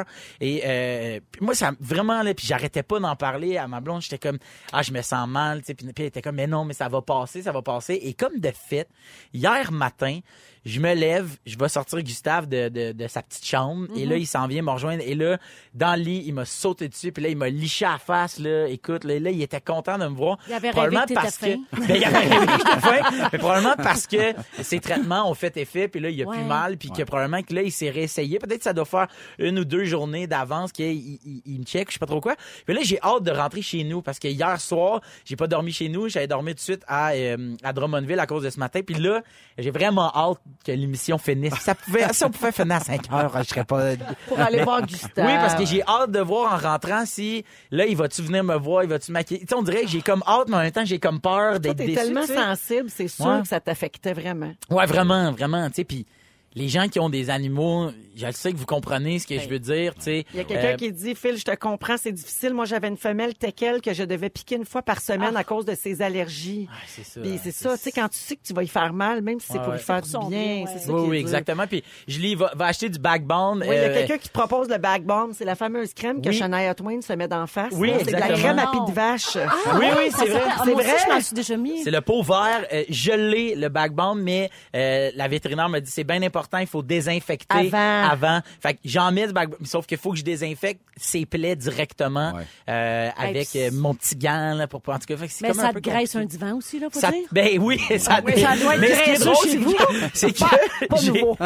Et moi, ça vraiment là, puis j'arrêtais pas d'en parler à ma blonde. J'étais comme, je me sens mal, tu sais, puis elle était comme, mais non, mais ça va passer. Et comme de fait, hier matin, je me lève, je vais sortir Gustave de sa petite chambre, et là, il s'en vient me rejoindre, et là, dans le lit, il m'a sauté dessus, puis là, il m'a liché à la face, là. Écoute, là, il était content de me voir. Il avait rêvé que t'étais faim. Il avait rêvé que j'étais faim, mais probablement parce que ses traitements ont fait effet, puis là, il a plus mal, puis que probablement que là, il s'est réessayé. Peut-être que ça doit faire 1 ou 2 journées d'avance qu'il me check, je sais pas trop quoi. Puis là, j'ai hâte de rentrer chez nous, parce que hier soir, j'ai pas dormi chez nous, j'avais dormi tout de suite à Drummondville à cause de ce matin, puis là, j'ai vraiment hâte que l'émission finisse. Si on pouvait finir à 5 heures, je serais pas... Pour aller voir Gustave. Oui, parce que j'ai hâte de voir en rentrant si, là, il va-tu venir me voir, il va-tu maquiller. Tu sais, on dirait que j'ai comme hâte, mais en même temps, j'ai comme peur d'être déçu. T'es tellement sensible, c'est sûr que ça t'affectait vraiment. Ouais, vraiment, tu sais, puis les gens qui ont des animaux, je sais que vous comprenez ce que je veux dire, tu sais. Il y a quelqu'un qui dit, Phil, je te comprends, c'est difficile. Moi, j'avais une femelle teckel que je devais piquer 1 fois par semaine à cause de ses allergies. C'est ça. Puis c'est ça, tu sais, quand tu sais que tu vas y faire mal, même si c'est pour y faire du bien, c'est ça. Oui, exactement. Puis Julie va acheter du Backbone. Oui, il y a quelqu'un qui te propose le Backbone. C'est la fameuse crème que Shania Twain se met d'en face. Oui, c'est de la crème à pied de vache. Oui, c'est vrai. C'est vrai. Je m'en suis déjà mis. C'est le pot vert. Je l'ai, le Backbone, mais la vétérinaire m'a dit c'est bien important important, il faut désinfecter avant. Fait que j'en mets, sauf qu'il faut que je désinfecte ses plaies directement avec mon petit gant là pour en tout cas. Mais ça te graisse un divan aussi là, faut dire. Ben oui, ça doit être mais ce qui est drôle, chez vous. c'est que Pas nouveau.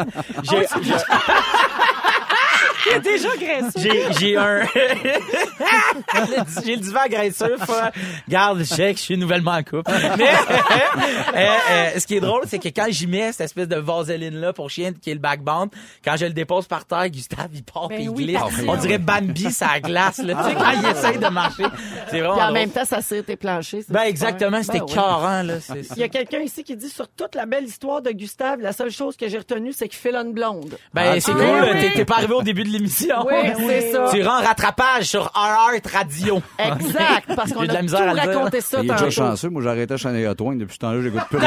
Il est déjà graisseux. J'ai un j'ai le divan graisseux. Regarde, je sais que je suis nouvellement en couple. Mais ce qui est drôle, c'est que quand j'y mets cette espèce de vaseline là pour chien qui est le backbone, quand je le dépose par terre, Gustave il part puis il glisse. On dirait Bambi ça glace là, tu sais quand il essaye de marcher. C'est vraiment Puis en drôle. même temps, ça serre tes planchers. Ben exactement, c'était écœurant là. Il y a quelqu'un ici qui dit sur toute la belle histoire de Gustave, la seule chose que j'ai retenue, c'est qu'il fait une blonde. Ben c'est cool, oui. t'es pas arrivé au début de l'émission. Oui, c'est ça. Tu rends rattrapage sur RR Radio. Exact, parce qu'on J'ai de a la misère à tout le dire. raconté ça Il est déjà tantôt. chanceux. Moi, j'ai arrêté à Shania Twain. Depuis ce temps-là, j'écoute plus rien.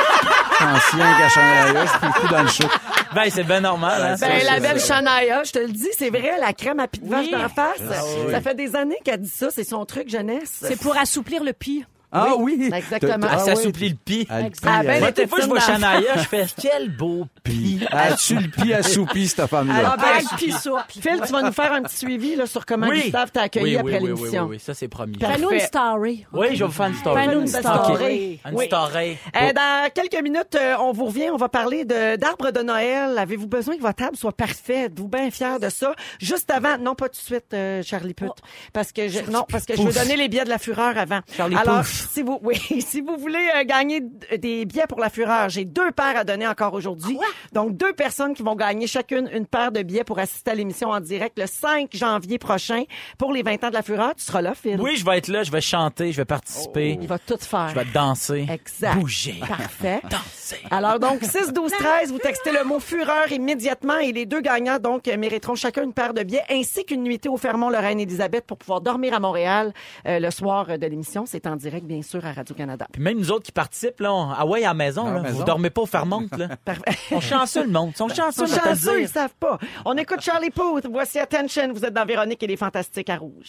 Ancien qu'à Shania, je suis plus dans le show. Ben c'est bien normal. Hein, Ben, ça, la belle Shania, je te le dis, c'est vrai, la crème à pied de vache Oui. d'en face. Ça fait des années qu'elle dit ça, c'est son truc jeunesse. C'est pour assouplir le pis. Ah oui! Exactement. Ah, Ah ça oui. assouplit le pis. Elle Exact. plie, Ah, ben, elle- Moi, des fois, je vois petite Shania, je fais quel beau pis. As-tu le pied assoupi, cette femme-là? Ah, ben, Pis souple. Phil, tu vas nous faire un petit suivi là, sur comment Oui. Gustave t'a accueilli Oui, après oui, l'émission. Oui, ça c'est promis. Parfait. Fais-nous une story. Oui, je vais vous faire une story. Fais-nous une story. Une Oui. story. Dans quelques minutes, on vous revient. On va parler d'arbres de Noël. Avez-vous besoin que votre table soit parfaite? Êtes-vous bien fiers de ça? Juste avant, non pas tout de suite, Charlie Put, parce que je veux donner les billets de la Fureur avant. Charlie Alors, Pouf. si vous voulez gagner des billets pour la Fureur, j'ai 2 paires à donner encore aujourd'hui. Donc 2 personnes qui vont gagner chacune une paire de billets pour assister à l'émission en direct le 5 janvier prochain pour les 20 ans de la Fureur. Tu seras là, Phil? Oui, je vais être là, je vais chanter, je vais participer. Il va tout faire. Je vais danser. Exact. Bouger. Parfait. Danser. Alors donc 6 12 13, vous textez le mot Fureur immédiatement et les 2 gagnants donc mériteront chacun une paire de billets ainsi qu'une nuitée au Fermont le Reine-Élisabeth pour pouvoir dormir à Montréal le soir de l'émission. C'est en direct bien sûr à Radio-Canada. Puis même nous autres qui participent, là, à la maison, là, vous dormez pas au Fairmont, là. On chanceux, le monde. Ils sont chanceux, Ils sont chanceux, ils savent pas. On écoute Charlie Puth. Voici Attention. Vous êtes dans Véronique et les Fantastiques à Rouge.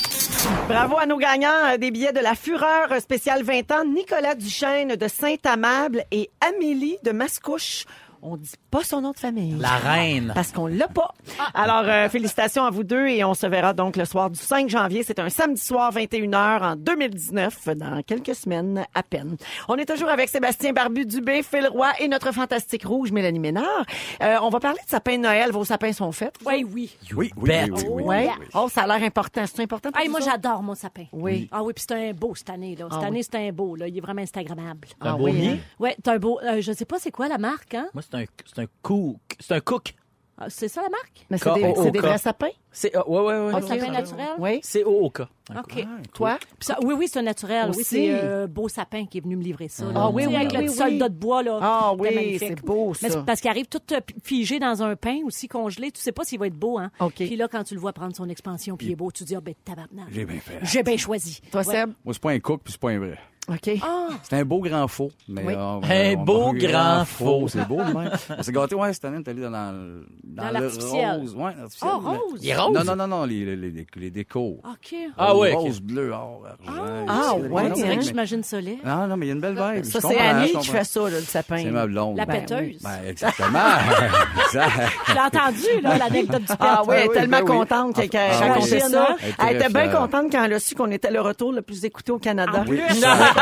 Bravo à nos gagnants des billets de la Fureur spéciale 20 ans. Nicolas Duchesne de Saint-Amable et Amélie de Mascouche. On dit pas son nom de famille. La reine. Parce qu'on l'a pas. Alors, félicitations à vous deux et on se verra donc le soir du 5 janvier. C'est un samedi soir, 21h en 2019, dans quelques semaines à peine. On est toujours avec Sébastien Barbu-Dubé, Phil Roy et notre fantastique rouge, Mélanie Ménard. On va parler de sapin de Noël. Vos sapins sont faits? Oui. Oui. Bête. Ouais. Oh, ça a l'air important. C'est important pour Hey, vous moi, autres? j'adore mon sapin. Oui. Ah oui, puis c'est un beau cette année. Là. Cette année, c'est un beau. Là. Il est vraiment Instagrammable. Un Ah beau oui, nid. hein? Ouais, c'est un beau. Je sais pas c'est quoi la marque, hein? Moi, c'est un cook. C'est un cook. Ah, c'est ça la marque? Mais c'est des vrais sapins? C'est, ouais. Un sapin naturel? Oui. C'est OOK. OK. Toi? Puis ça, oui, c'est un naturel. Aussi. Oui, c'est Beau Sapin qui est venu me livrer ça. là. Ah oui, Tu sais, oui, avec le oui, petit oui. soldat de bois, là. Ah C'était oui, magnifique. c'est beau, ça. Mais c'est parce qu'il arrive tout figé dans un pain aussi congelé. Tu sais pas s'il va être beau, hein? OK. Puis là, quand tu le vois prendre son expansion puis il est beau, tu te dis, ah, ben, tabarnak. J'ai bien fait. J'ai bien choisi. Toi, Ouais. Seb? Moi, c'est pas un cook puis c'est pas un vrai. OK. C'est un beau grand faux. Mais Oui. Un beau grand faux. C'est beau, de même. On s'est gâtés, cette année, on est allé dans Dans le l'artificiel. rose. Ouais, l'artificiel. Oh, rose. Il est rose? Non, les décos. OK. Ah ouais, ok. Rose, bleu, or, argent. Ah, c'est- ouais, non, C'est vrai hein? que mais- j'imagine ça laid. Non, mais il y a une belle vibe. Ça, Je c'est comprends, Annie je qui comprends. fait ça, là, le sapin. C'est ma blonde. La Ben, péteuse. Ben, exactement. Exact. Je l'ai entendu, là, l'anecdote du pet. Ah oui, elle est oui, tellement ben oui. contente qu'elle Ah, racontait j'imagine, ça. hein? Elle était bien fière. contente quand elle a su qu'on était le retour le plus écouté au Canada. En plus, Oui.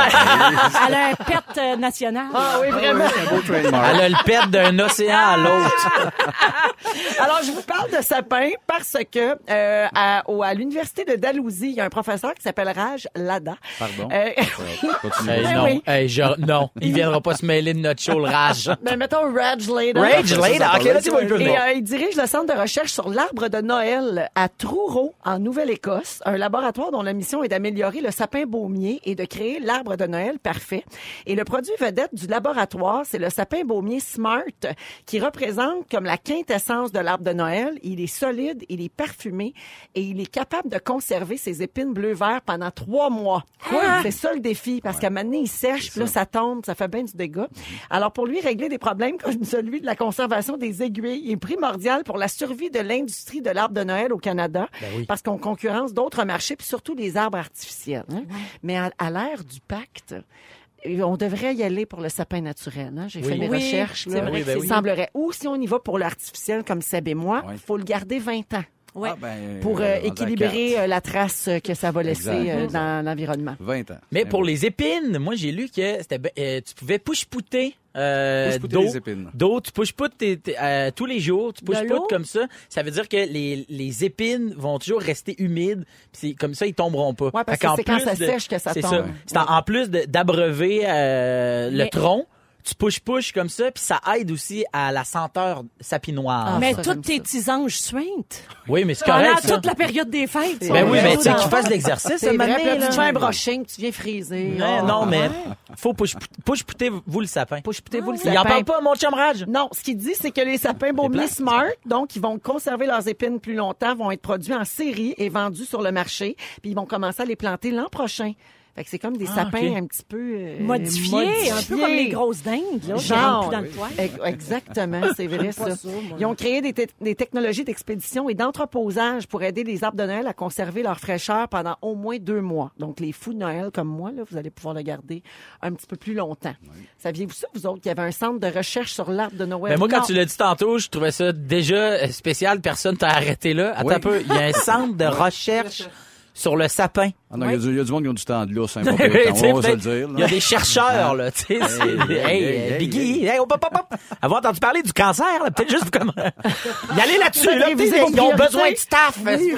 elle a un pet national. Ah oui, vraiment. C'est un beau trademark. Elle a le pet d'un océan à l'autre. Alors, je vous parle de sapin parce que à l'université de Dalhousie, il y a un professeur qui s'appelle Raj Lada. Pardon. Ben Continue. Hey, non, oui. non, il viendra pas se mêler de notre show, le rage. Ben, mettons Raj Lada. Rage Lada, ok, là, tu vas le Et nom. il dirige le centre de recherche sur l'arbre de Noël à Truro, en Nouvelle-Écosse, un laboratoire dont la mission est d'améliorer le sapin baumier et de créer l'arbre de Noël parfait. Et le produit vedette du laboratoire, c'est le sapin baumier Smart, qui représente comme la quintessence de l'arbre de Noël. Il est solide, il est parfumé et il est capable de conserver ses épines bleu-vert pendant 3 mois. C'est ça le défi, parce qu'à un moment donné, il sèche, puis là, ça tombe, ça fait bien du dégât. Alors, pour lui, régler des problèmes comme celui de la conservation des aiguilles est primordial pour la survie de l'industrie de l'arbre de Noël au Canada, parce qu'on concurrence d'autres marchés, puis surtout les arbres artificiels. Hein? Mais à l'ère du pacte, on devrait y aller pour le sapin naturel. Hein? J'ai fait mes Oui, recherches. c'est Là. vrai que Il semblerait. Ou si on y va pour l'artificiel, comme Seb et moi, il faut le garder 20 ans. Ouais. Ah, ben, Pour équilibrer la trace que ça va laisser Exact. dans l'environnement. 20 ans. Mais pour les épines, moi, j'ai lu que c'était, tu pouvais push-pouter Push-pouter d'eau. les épines. D'eau, tu push-poutes tous les jours, tu De l'eau? push-poutes comme ça. Ça veut dire que les épines vont toujours rester humides. Puis c'est comme ça, ils tomberont pas. Ouais, parce Fait que qu'en c'est quand plus ça sèche que ça c'est tombe. Ça. C'est en plus d'abreuver le Mais- tronc. Tu push comme ça, puis ça aide aussi à la senteur sapinoire. Mais ça, toutes j'aime tes ça. tisanges suintent. Oui, mais c'est Pendant correct, ça. toute la période des fêtes. C'est Ben oui, vrai, mais tu sais ça. qu'ils fassent de l'exercice, C'est ce vrai, matin, puis là, là. tu fais un brushing, tu viens friser. Non, mais faut push-pouter-vous le sapin. Push-pouter-vous le Il en sapin. parle pas, mon chum Raj? Non, ce qu'il dit, c'est que les sapins Beaumier Smart, donc, ils vont conserver leurs épines plus longtemps, vont être produits en série et vendus sur le marché, puis ils vont commencer à les planter l'an prochain. Fait que c'est comme des sapins ok. un petit peu Modifiés, un peu comme les grosses dindes, là, qui rentrent plus dans le toit. Exactement, c'est vrai ça. Pas ça, moi. Ils ont créé des technologies d'expédition et d'entreposage pour aider les arbres de Noël à conserver leur fraîcheur pendant au moins 2 mois. Donc, les fous de Noël comme moi, là, vous allez pouvoir le garder un petit peu plus longtemps. Saviez-vous ça, vous autres, qu'il y avait un centre de recherche sur l'arbre de Noël? Ben moi, quand Non. tu l'as dit tantôt, je trouvais ça déjà spécial. Personne t'a arrêté là. Attends Oui. un peu. Il y a un centre de recherche sur le sapin. Ah non, il y a du monde qui ont du temps de là, c'est Tu important. sais, On va se le peut-être, dire. il y a des chercheurs, là. Tu sais, hey, Biggie, hey, hop. Avoir entendu parler du cancer, là, peut-être juste comme y aller là-dessus, là. Vous Peut-être avez Ils ont priorité. besoin de staff.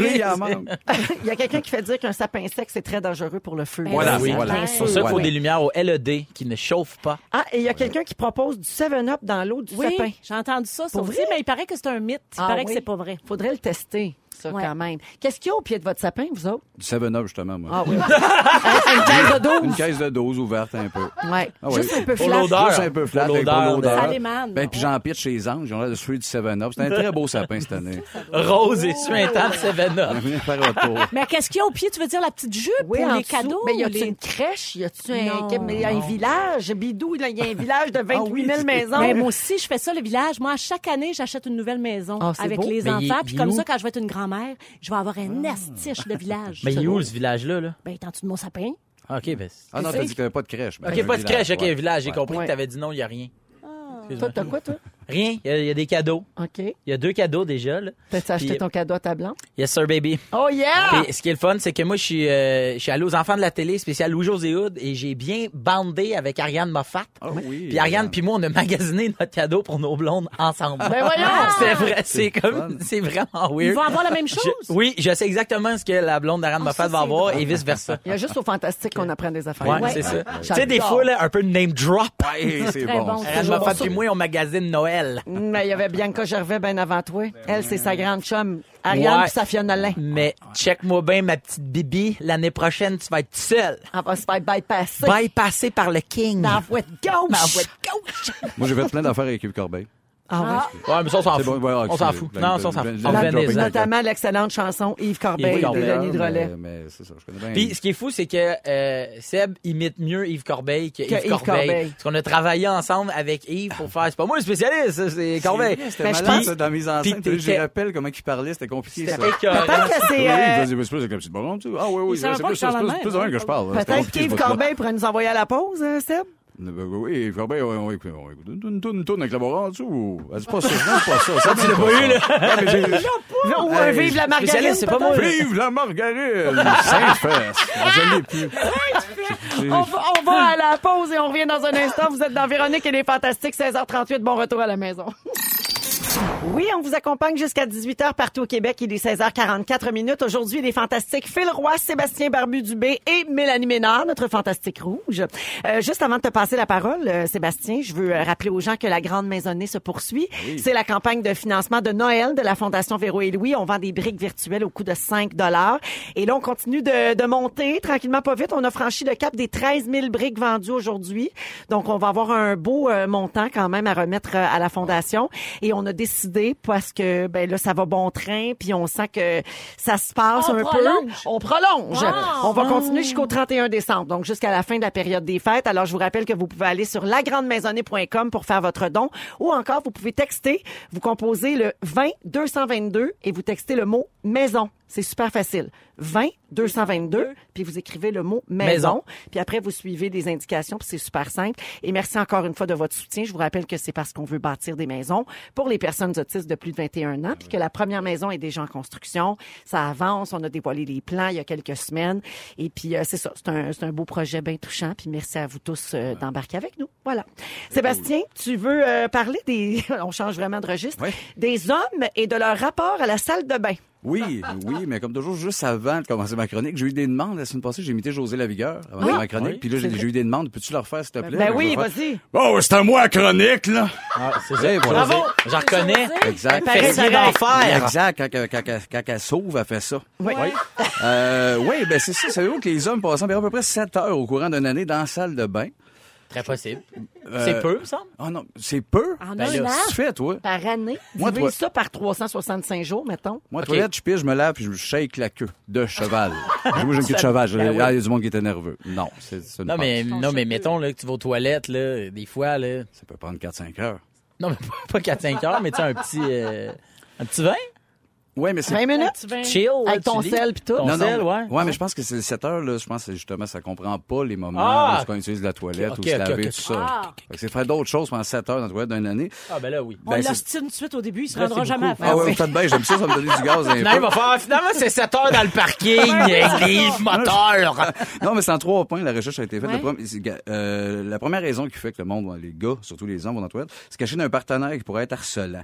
Il y a quelqu'un qui fait dire qu'un sapin sec, c'est très dangereux pour le feu. Voilà, Oui, voilà. C'est pour ça qu'il faut des lumières au LED qui ne chauffent pas. Ah, et il y a quelqu'un qui propose du 7-Up dans l'eau du Oui, sapin. j'ai entendu ça, ça Pour aussi, vrai? mais il paraît que c'est un mythe. Il Ah paraît oui? que c'est pas vrai. Faudrait le tester, ça, Ouais. quand même. Qu'est-ce qu'il y a au pied de votre sapin, vous autres? Du 7-Up, justement, moi. Ah oui. Une caisse de 12. Une caisse de dose ouverte un peu. Ouais. Ah oui. Juste un peu Pour flat. l'odeur. Juste un peu flat, Pour avec pour l'odeur, l'odeur. Ça l'émane. Ben, puis j'en pitch chez les anges, ils ont l'air de se faire du 7-Up. C'était un très beau sapin cette année. Rose et suintant de 7-Up. On vient faire un tour. Mais qu'est-ce qu'il y a au pied? Tu veux dire la petite jupe Oui, ou en les dessous. cadeaux? Mais y a-tu les- une crèche? Y a-tu Non. un village? Bidou, là, il y a un village de 28 000 maisons. Ben, moi aussi, je fais ça, le village. Moi, chaque année, j'achète une nouvelle maison Ah, c'est avec beau. les Mais enfants. il Puis comme où? ça, quand je vais être une grand-mère, je vais avoir un astiche de village. Mais il est où, ce village-là, là? Ben, t'en dessous de mon sapin. OK, ben... Ah non, t'as dit que t'avais pas de crèche. Ben, OK, un pas de crèche, OK, ouais. village. J'ai Ouais. compris Ouais. que t'avais dit non, il y a rien. Toi, t'as quoi, toi? Rien. Il y a des cadeaux. OK. Il y a 2 cadeaux déjà, là. T'as-tu acheté Puis- ton cadeau à ta blonde? Yes, sir, baby. Oh, yeah! Et ce qui est le fun, c'est que moi, je suis allé aux Enfants de la télé spécial Louis-José Hood et j'ai bien bandé avec Ariane Moffat. Ah oui. Puis Ariane puis moi, on a magasiné notre cadeau pour nos blondes ensemble. Ben voyons! C'est vrai, c'est fun. comme, c'est vraiment Ils weird. vont avoir la même chose. Oui, je sais exactement ce que la blonde d'Ariane Moffat ça, va c'est avoir et vice versa. Il y a juste au Fantastique qu'on apprend des affaires. Ouais, Ouais. c'est ça. Tu sais, J'adore. des fois, là, un peu de name drop. Ouais, c'est Très bon. bon. ça. Ariane toujours Moffat bon. puis moi, on magasine Noël. Mais il y avait Bianca Gervais bien avant toi. Elle, c'est sa grande chum. Ariane Ouais. puis Safia Nolin. Mais check-moi bien, ma petite bibi. L'année prochaine, tu vas être seule. On va se faire bypasser. Bypassé par le king. Dans la voie de gauche. Dans la voie de gauche. Moi, j'ai fait plein d'affaires avec Yves Corbeil. Ah ouais. Ouais, mais ça, on s'en C'est fout. bon, ouais, On s'en excusez. fout. Ben, Non, ça, on s'en ben, fout. ben, Revenez-en. ben, Notamment l'excellente chanson Yves Corbeil Yves de Corbeil, Denis Drolet. Mais c'est ça, je connais bien. Puis ce qui est fou, c'est que Seb imite mieux Yves Corbeil que Yves Yves Corbeil. Corbeil. Parce qu'on a travaillé ensemble avec Yves pour faire. C'est pas moi le spécialiste, c'est Corbeil. C'était Ben, je malade, pense- ça, dans la mise en Puis scène. Je t'étais- rappelle comment il parlait, c'était compliqué, ça. C'était écœurant. Peut-être que c'est... Oui, il faisait plus avec la petite baronne, tu sais. Ah oui, oui, Il savait c'est pas plus que ça, je parle c'est plus de même que je parle. C'était Peut-être compliqué, ce qu'Yves bout-là. Corbeil pourrait nous envoyer à la pause, Seb? Oui, Yves Corbeil, on écoute une tourne avec la baronne en dessous. Elle dit pas ça, non, c'est pas ça. Ça, tu l'as pas eu, là. Ouais, mais j'ai... Ou un Hey, Vive la margarine, spécialiste, c'est pas moi. peut-être? Vive la margarine! Sainte-Fesse! Je l'ai plus. On va à la pause et on revient dans un instant. Vous êtes dans Véronique et les Fantastiques, 16h38. Bon retour à la maison. Oui, on vous accompagne jusqu'à 18h partout au Québec. Il est 16h44 minutes. Aujourd'hui, les Fantastiques Phil Roy, Sébastien Barbu-Dubé et Mélanie Ménard, notre Fantastique Rouge. Juste avant de te passer la parole, Sébastien, je veux rappeler aux gens que la Grande Maisonnée se poursuit. C'est la campagne de financement de Noël de la Fondation Véro et Louis. On vend des briques virtuelles au coût de 5 $. Et là, on continue de monter tranquillement, pas vite. On a franchi le cap des 13 000 briques vendues aujourd'hui. Donc, on va avoir un beau montant quand même à remettre à la Fondation. Et on a décidé, parce que ben là, ça va bon train, puis on sent que ça se passe On un prolonge. peu. On prolonge. Wow. On va continuer jusqu'au 31 décembre, donc jusqu'à la fin de la période des fêtes. Alors, je vous rappelle que vous pouvez aller sur lagrandemaisonnée.com pour faire votre don, ou encore, vous pouvez texter, vous composez le 20 222 et vous textez le mot « maison ». C'est super facile. 20-222, puis vous écrivez le mot maison. Puis après, vous suivez des indications, puis c'est super simple. Et merci encore une fois de votre soutien. Je vous rappelle que c'est parce qu'on veut bâtir des maisons pour les personnes autistes de plus de 21 ans, puis que la première maison est déjà en construction. Ça avance, on a dévoilé les plans il y a quelques semaines. Et puis, c'est ça, c'est un beau projet bien touchant. Puis merci à vous tous d'embarquer avec nous. Voilà. Sébastien, tu veux parler des... on change vraiment de registre. Oui. Des hommes et de leur rapport à la salle de bain. Oui, mais comme toujours, juste avant de commencer ma chronique, j'ai eu des demandes. La semaine passée, j'ai imité José Lavigueur avant ma chronique. Oui. Puis là, j'ai eu des demandes. Peux-tu le refaire, s'il te plaît? Ben oui, vas-y. Bon, c'est à moi la chronique, là. Ah, c'est ça. Voilà. Bravo. J'en reconnais. Exact. Fessier d'enfer. Exact. Quand elle sauve, elle fait ça. Oui. Oui, ben c'est ça. Savez-vous que les hommes passent environ à peu près 7 heures au courant d'une année dans la salle de bain? Très possible. C'est peu, ça? Oh non, c'est peu? En Ben un là, an? Qu'est-ce que tu fais, toi? Par année. Moi, Divise toi- ça par 365 jours, mettons. Moi, Ok. toilette, je pisse, je me lave, puis je shake la queue de cheval. Moi, j'ai une queue de cheval. Ben oui. Il y a du monde qui était nerveux. Non, c'est une Non, farce. mais mettons là, que tu vas aux toilettes, là, des fois, là. Ça peut prendre 4-5 heures. Non, mais pas 4-5 heures, mais tu sais, un petit vin? Ouais, mais c'est... 20 minutes? Tu vas- Chill. là, Avec ton tu lis. sel pis tout. Ton sel, ouais. Ouais, mais je pense que c'est 7 heures, là. Je pense que justement, ça comprend pas les moments Ah! où on utilise la toilette Ok, ou se laver, ok. tout ça. Ah. Fait que c'est faire d'autres choses pendant 7 heures dans la toilette d'une année. Ah, ben là, oui. On Ben, c'est- l'ostine tout de suite au début, il se Merci rendra jamais à beaucoup. faire. Ah ouais, faites bien, j'aime ça me donner du gaz. Non, il va faire, finalement, c'est 7 heures dans le parking, avec les moteurs. Non, mais c'est en 3 points, la recherche a été faite. Ouais. La première raison qui fait que le monde, les gars, surtout les hommes, vont dans la toilette, c'est caché d'un partenaire qui pourrait être harcelant.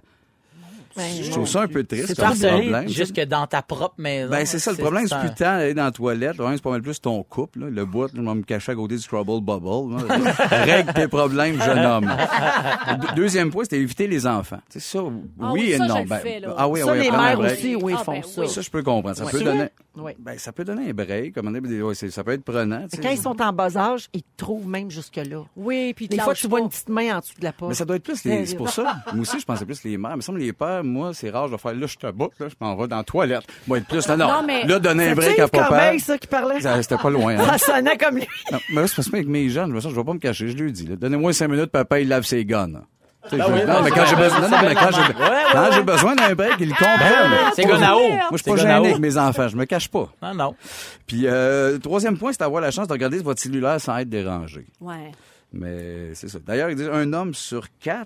Je trouve ça un peu triste C'est comme harcelé problème. jusque dans ta propre maison. Ben, c'est ça, le problème, c'est plus le temps d'aller dans la toilette. Le problème, c'est pas mal plus ton couple, là. Le bout, là, je vais me cacher à côté du Scrabble Bubble, là. Règle tes problèmes, jeune homme. Deuxième point, c'était éviter les enfants. C'est ça, Ah oui oui, et ça, non. je le fais, là. ah oui, Ça, ouais, les prendre un mères break. aussi, oui, Ah, font ben ça. oui. Ça, je peux comprendre. Ça Ouais. peut C'est donner... vrai? Oui. Ben, ça peut donner un break. Comme on dit, ouais, ça peut être prenant, tu sais. Quand ils sont en bas âge, ils te trouvent même jusque-là. Oui, puis Des fois, tu vois une petite main en dessous de la porte. Mais ça doit être plus les... C'est pour ça. Moi aussi, je pensais plus les mères. Mais il me semble les pères, moi, c'est rare, je vais faire là, je te boucle, là, je m'en vais dans la toilette. Moi, être plus, non. Non, mais- Là, donner un C'est break Yves à papa. Corbeil, ça, qui parlait. C'était pas loin, hein. Ça sonnait comme lui. Non, mais là, c'est parce que avec mes jeunes, je vais pas me cacher, je lui dis, là, donnez-moi 5 minutes, papa, il lave ses guns. Tu sais, Ah oui, non, non, mais c'est quand j'ai bien, besoin, c'est non, mais bien quand j'ai, normal. Ouais, quand ouais. j'ai besoin d'un break, ils le comprennent. C'est Gonao. Moi, je suis pas C'est gêné Gonao. avec mes enfants, je me cache pas. Non, non. Puis, troisième point, c'est d'avoir la chance de regarder votre cellulaire sans être dérangé. Ouais. Mais c'est ça. D'ailleurs, il dit un homme sur 4,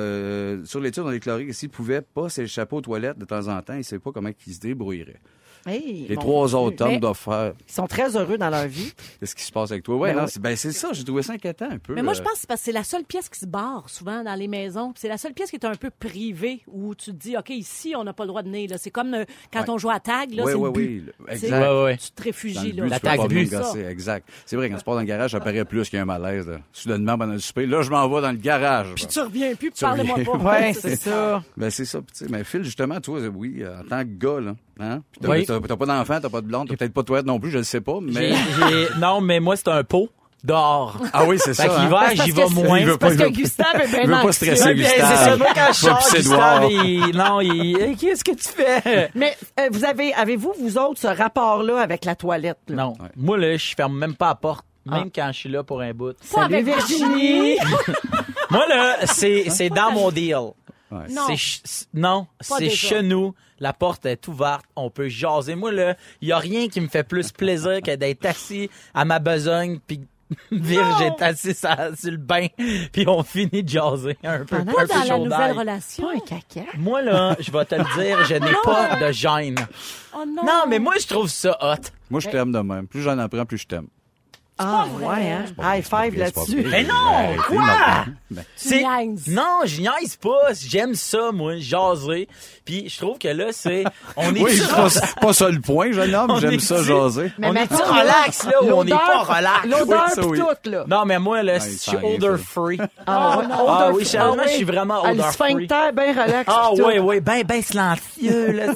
sur l'étude, on a déclaré que s'il pouvait pas s'échapper aux toilettes de temps en temps, il sait pas comment il se débrouillerait. Hey, Les mon 3 Dieu. autres hommes Mais doivent faire Ils sont très heureux dans leur vie. qu'est-ce qui se passe avec toi. Ouais, Ben non, ouais. c'est ça, j'ai trouvé ça inquiétant un peu. Mais moi, je pense que c'est parce que c'est la seule pièce qui se barre souvent dans les maisons. C'est la seule pièce qui est un peu privée où tu te dis, OK, ici, on n'a pas le droit de venir. Là. C'est comme quand Ouais. on joue à tag, là, Oui, c'est oui, le but. oui, Tu sais, exact. Ouais, ouais. Tu te réfugies, Dans le là. but, La tu peux pas tag venir but. gosser, exact. C'est vrai, quand tu pars dans le garage, ça paraît plus qu'il y a un malaise. Là. Soudainement, pendant le souper, là, je m'en vais dans le garage. Puis tu reviens plus, puis Tu parlez-moi reviens. pas. Ouais, c'est ça. Ben, c'est ça. Puis, tu sais, mais Phil, justement, toi, oui, en tant que gars, là, hein? Puis Oui. t'as pas d'enfant, t'as pas de blonde, t'as peut-être pas de toilette non plus, je le sais pas, mais. Non, mais moi, c'est un pot dehors. Ah oui, c'est Fait ça. hein? qu'hiver, Parce j'y que vais c'est- moins. Il veut Parce pas- que Gustave est bien il veut pas anxieux. stresser Ouais, ben, Gustave. c'est ça, moi, quand je Va sors, pisser Gustave, dehors. hey, qu'est-ce que tu fais? Mais avez-vous, vous autres, ce rapport-là avec la toilette? Là? Non. Moi, là, je ferme même pas la porte, même quand je suis là pour un bout. Pas Salut avec Virginie! Moi, là, c'est dans mon deal. Ouais. Non. Non, Pas c'est déjà. chez nous. La porte est ouverte. On peut jaser. Moi, là, il y a rien qui me fait plus plaisir que d'être assis à ma besogne puis Virge est assis sur le bain puis on finit de jaser un peu. Pendant- Pas un peu dans la chaud nouvelle d'ail. relation. Pas un caca. Moi, là, je vais te le dire, je n'ai pas de gêne. Oh non. Non, mais moi, je trouve ça hot. Moi, je t'aime de même. Plus j'en apprends, plus je t'aime. Ah, ouais, hein? High five là-dessus. Mais non, quoi? C'est niaises. non, je niaise pas. J'aime ça, moi, jaser. Puis je trouve que là, c'est on est Oui, c'est pas ça le point, jeune homme. On J'aime est ça ici. jaser. Mais on est mettons, relax là où on n'est pas relax. L'odeur Oui, ça, pis oui. tout, là. Non, mais moi là, il je sent suis rien, odor Phil. free. Ah, Ah oui, sérieusement, je suis vraiment Le odor free. sphincter bien relax. Ah pis tout. oui, ben silencieux là,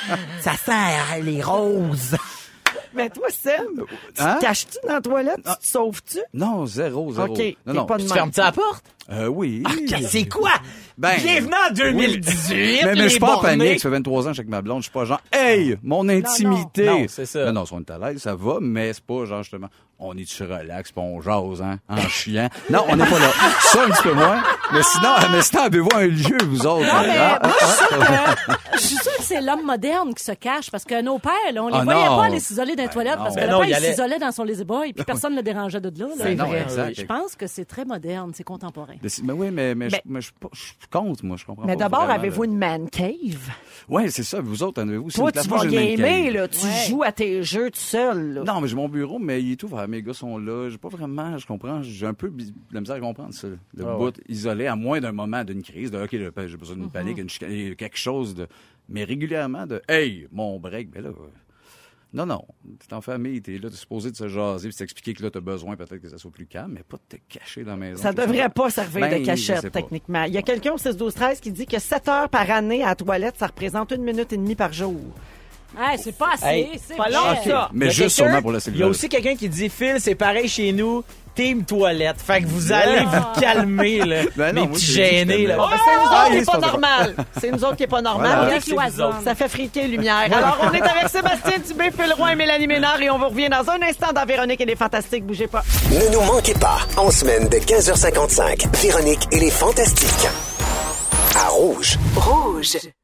ça sent les roses. Mais toi, Sam, tu Hein? te caches-tu dans la toilette? Tu te sauves-tu? Non, zéro. OK, Non, t'es non. pas de Tu même. fermes-tu la porte? Oui. C'est quoi? Ben, Bienvenue en 2018. Mais je les suis pas en bornés. panique. Ça fait 23 ans que je suis avec ma blonde. Je suis pas genre, hey, mon intimité. Non, c'est ça. Non, si on est à l'aise, ça va, mais c'est pas genre justement, on est sur relax, pis on jase, hein, en chiant. Non, on n'est pas là. Ça, un petit peu moins. Mais sinon, avez-vous un lieu, vous autres? Non, mais Ah, moi, je suis sûre que c'est l'homme moderne qui se cache parce que nos pères, là, on les Ah, voyait non. pas aller s'isoler dans les toilettes parce que Ben le non, père, il il allait- s'isolait dans son lazy-boy puis personne ne le dérangeait de là. là. C'est vrai. Exact. Je pense que c'est très moderne, c'est contemporain. Mais oui, mais je compte, moi, je comprends Mais pas d'abord, vraiment, avez-vous là. une man cave? Ouais, c'est ça. Vous autres, en avez-vous? C'est Toi, une place- tu moi, vas j'ai une man gamer, cave. là. Tu Ouais. joues à tes jeux tout seul, là. Non, mais j'ai mon bureau, mais il est ouvert. Mes gars sont là. J'ai pas vraiment, je comprends. J'ai un peu de la misère à comprendre ça. Le bout isolé, à moins d'un moment d'une crise, de OK, j'ai besoin d'une panique, une chicane, quelque chose de. Mais régulièrement, de hey, mon break, ben là. Non. T'es en famille, t'es là, t'es supposé de se jaser, puis t'expliquer que là, t'as besoin peut-être que ça soit plus calme, mais pas de te cacher dans la maison. Ça devrait pas servir Ben, de je sais cachette, pas. techniquement. Il y a quelqu'un au 6-12-13 qui dit que 7 heures par année à la toilette, ça représente 1 minute et demie par jour. Hey, c'est pas assez, Hey, c'est pas vrai. long, ça. Il y Mais a juste quelqu'un- sûrement pour le Il y a cellulaire. aussi quelqu'un qui dit, Phil, c'est pareil chez nous, team toilette. Fait que vous allez vous calmer, là. Ben non, mes moi, petits c'est gênés, juste là. que- Bon, ben, c'est nous autres qui est c'est pas pas normal. C'est nous autres qui est pas normal. Voilà. Regarde, C'est cloisonne. ça fait friquer les lumières. Alors, on est avec Sébastien Dubé, Phil Roy et Mélanie Ménard et on vous revient dans un instant dans Véronique et les Fantastiques. Bougez pas. Ne nous manquez pas, en semaine de 15h55, Véronique et les Fantastiques. À Rouge. Rouge.